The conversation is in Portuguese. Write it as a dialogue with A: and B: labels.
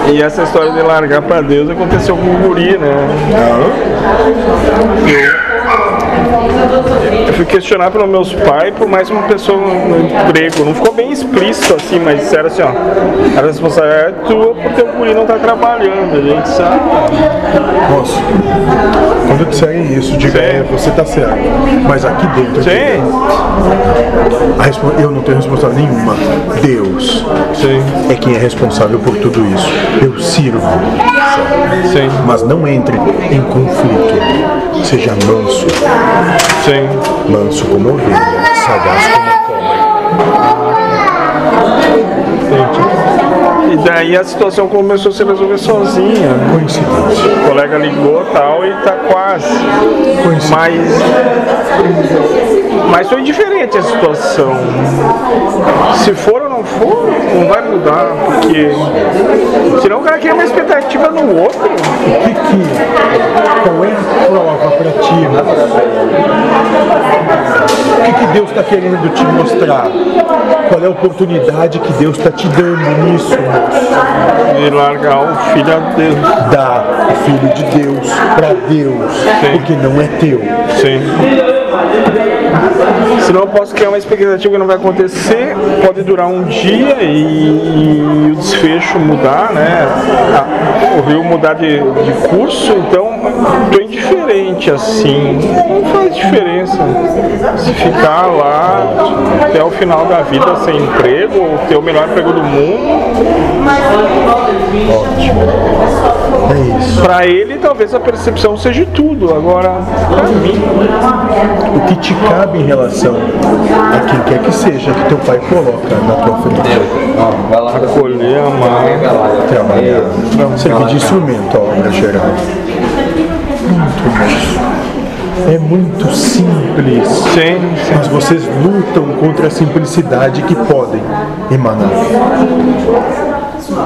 A: E essa história de largar pra Deus aconteceu com o guri, né? Eu fui questionado pelos meus pais por mais uma pessoa no emprego. Não ficou bem explícito assim, mas disseram assim, ó, a responsabilidade é tua porque o guri não tá trabalhando, a gente sabe.
B: Nossa, quando disserem isso, diga, você tá certo. Mas aqui dentro, eu não tenho responsabilidade nenhuma. Deus é quem é responsável por tudo isso. Eu sirvo. Mas não entre em conflito. Seja manso. Manso como ovelha, sagaz como cobra.
A: E daí a situação começou a se resolver sozinha.
B: Coincidência.
A: O colega ligou e tal e tá quase. Mas foi diferente a situação. Se for ou não for, não vai mudar, porque senão o cara cria uma expectativa no outro.
B: Qual é a prova pra ti? O que Deus está querendo te mostrar? Qual é a oportunidade que Deus está te dando nisso?
A: De largar o filho a Deus.
B: Dá o filho de Deus para Deus, porque não é teu.
A: Senão eu posso criar uma expectativa que não vai acontecer, pode durar um dia e o desfecho mudar, né? O rio mudar de curso, então tô indiferente assim, não faz diferença se ficar lá até o final da vida sem emprego ou ter o melhor emprego do mundo.
B: Ótimo. É isso.
A: Pra ele talvez a percepção seja tudo, agora pra mim
B: o que te cabe em relação a quem quer que seja que teu pai coloca na tua frente.
A: Acolher, amar,
B: trabalhar, servir de instrumento à obra geral. É muito simples. Mas vocês lutam contra a simplicidade que podem emanar.